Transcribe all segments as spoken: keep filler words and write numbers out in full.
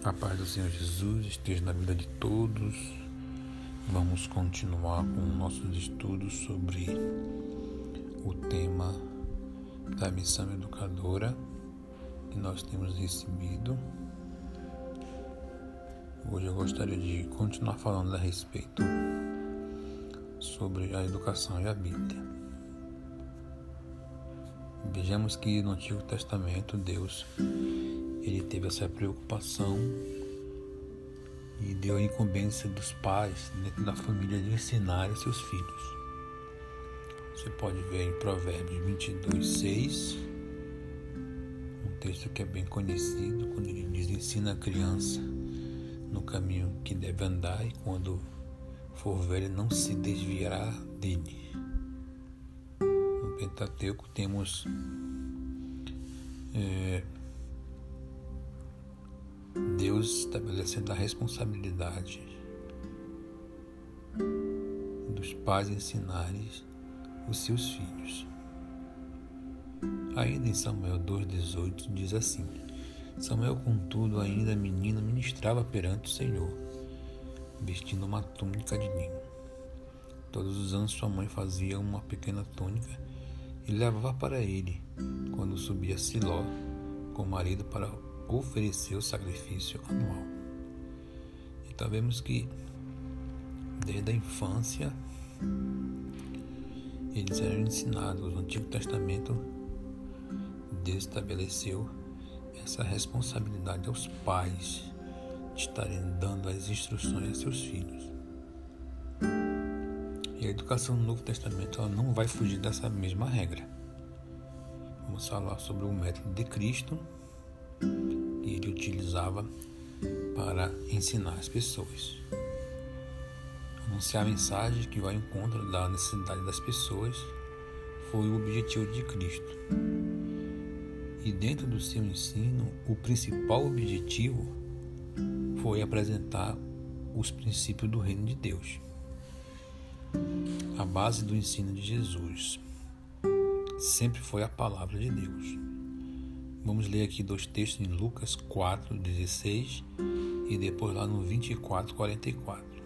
A paz do Senhor Jesus esteja na vida de todos. Vamos continuar com nossos estudos sobre o tema da missão educadora que nós temos recebido. Hoje eu gostaria de continuar falando a respeito sobre a educação e a Bíblia. Vejamos que no Antigo Testamento Deus ele teve essa preocupação e deu a incumbência dos pais dentro da família de ensinar seus filhos. Você pode ver em Provérbios vinte e dois, seis, um texto que é bem conhecido, quando ele diz: ensina a criança no caminho que deve andar e quando for velho não se desviará dele. No Pentateuco temos é, Deus estabelecendo a responsabilidade dos pais ensinarem os seus filhos. Ainda em Samuel dois, dezoito diz assim: Samuel, contudo, ainda menino, ministrava perante o Senhor, vestindo uma túnica de linho. Todos os anos sua mãe fazia uma pequena túnica e levava para ele, quando subia a Siló com o marido para oferecer o sacrifício anual. Então vemos que desde a infância eles eram ensinados. No Antigo Testamento Deus estabeleceu essa responsabilidade aos pais de estarem dando as instruções a seus filhos. E a educação no Novo Testamento ela não vai fugir dessa mesma regra. Vamos falar sobre o método de Cristo que ele utilizava para ensinar as pessoas. Anunciar a mensagem que vai ao encontro da necessidade das pessoas foi o objetivo de Cristo. E dentro do seu ensino, o principal objetivo foi apresentar os princípios do reino de Deus. A base do ensino de Jesus sempre foi a palavra de Deus. Vamos ler aqui dois textos em Lucas quatro, dezesseis e depois lá no vinte e quatro, quarenta e quatro.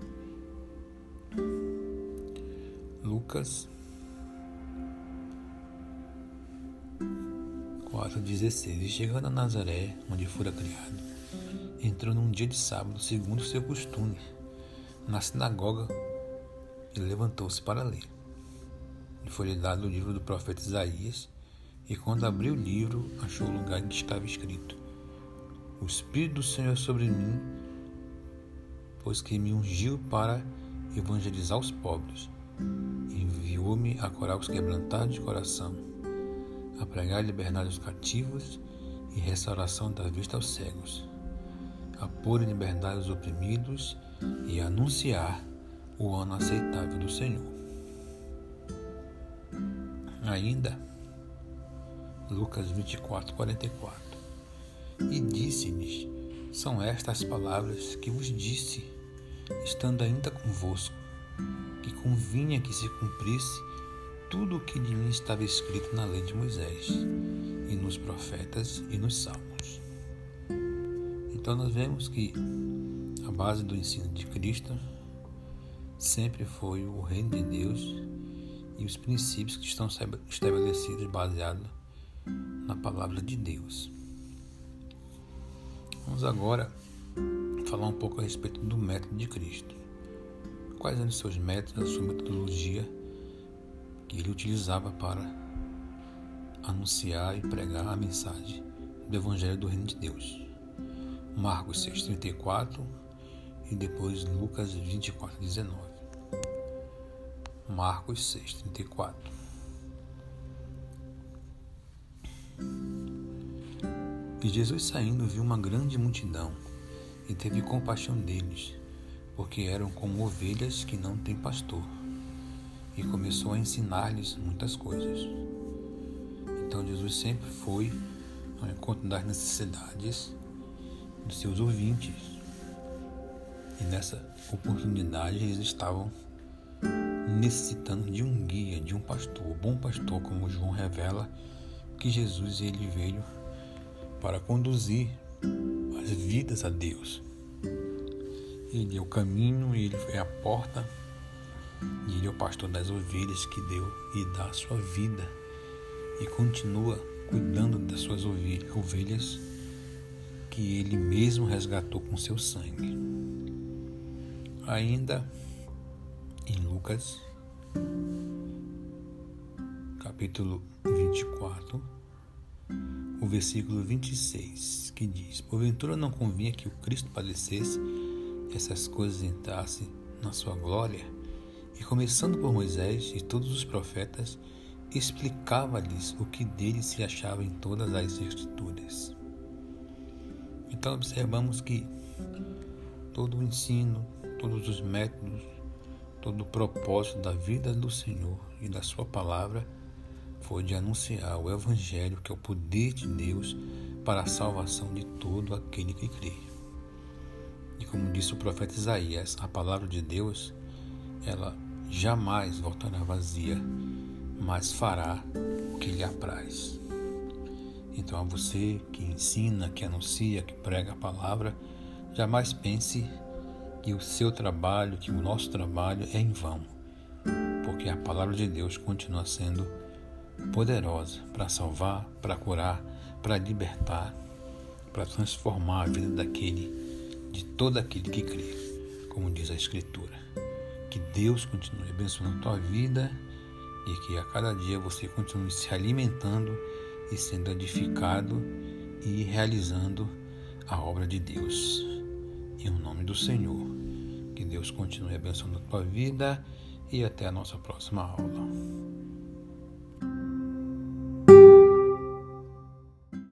Lucas quatro, dezesseis. E chegando a Nazaré, onde fora criado, entrou num dia de sábado, segundo o seu costume, na sinagoga, e levantou-se para ler. E foi-lhe dado o livro do profeta Isaías, e quando abriu o livro, achou o lugar em que estava escrito: O Espírito do Senhor é sobre mim, pois que me ungiu para evangelizar os pobres, enviou-me a curar os quebrantados de coração, a pregar liberdade aos cativos e restauração da vista aos cegos, a pôr em liberdade os oprimidos e a anunciar o ano aceitável do Senhor. Ainda Lucas vinte e quatro, quarenta e quatro. E disse-lhes: São estas as palavras que vos disse, estando ainda convosco, que convinha que se cumprisse tudo o que de mim estava escrito na lei de Moisés, e nos profetas e nos salmos. Então nós vemos que a base do ensino de Cristo sempre foi o reino de Deus e os princípios que estão estabelecidos baseados na palavra de Deus. Vamos agora falar um pouco a respeito do método de Cristo. Quais eram os seus métodos, a sua metodologia que ele utilizava para anunciar e pregar a mensagem do Evangelho do Reino de Deus? Marcos seis, trinta e quatro e depois Lucas vinte e quatro, dezenove. Marcos seis, trinta e quatro. E Jesus, saindo, viu uma grande multidão e teve compaixão deles, porque eram como ovelhas que não têm pastor, e começou a ensinar-lhes muitas coisas. Então Jesus sempre foi ao encontro das necessidades dos seus ouvintes, e nessa oportunidade eles estavam necessitando de um guia, de um pastor, o bom pastor, como João revela que Jesus ele veio para conduzir as nossas vidas a Deus. Ele é o caminho, Ele é a porta, e Ele é o pastor das ovelhas que deu e dá a sua vida e continua cuidando das suas ovelhas que Ele mesmo resgatou com seu sangue. Ainda em Lucas, capítulo vinte e quatro, o versículo vinte e seis, que diz: porventura não convinha que o Cristo padecesse e essas coisas entrassem na sua glória? E começando por Moisés e todos os profetas, explicava-lhes o que dele se achava em todas as escrituras. Então observamos que todo o ensino, todos os métodos, todo o propósito da vida do Senhor e da sua palavra foi de anunciar o Evangelho, que é o poder de Deus para a salvação de todo aquele que crê. E como disse o profeta Isaías, a palavra de Deus, ela jamais voltará vazia, mas fará o que lhe apraz. Então, a você que ensina, que anuncia, que prega a palavra, jamais pense que o seu trabalho, que o nosso trabalho é em vão, porque a palavra de Deus continua sendo poderosa para salvar, para curar, para libertar, para transformar a vida daquele, de todo aquele que crê, como diz a Escritura. Que Deus continue abençoando a tua vida e que a cada dia você continue se alimentando e sendo edificado e realizando a obra de Deus. Em nome do Senhor, que Deus continue abençoando a tua vida e até a nossa próxima aula.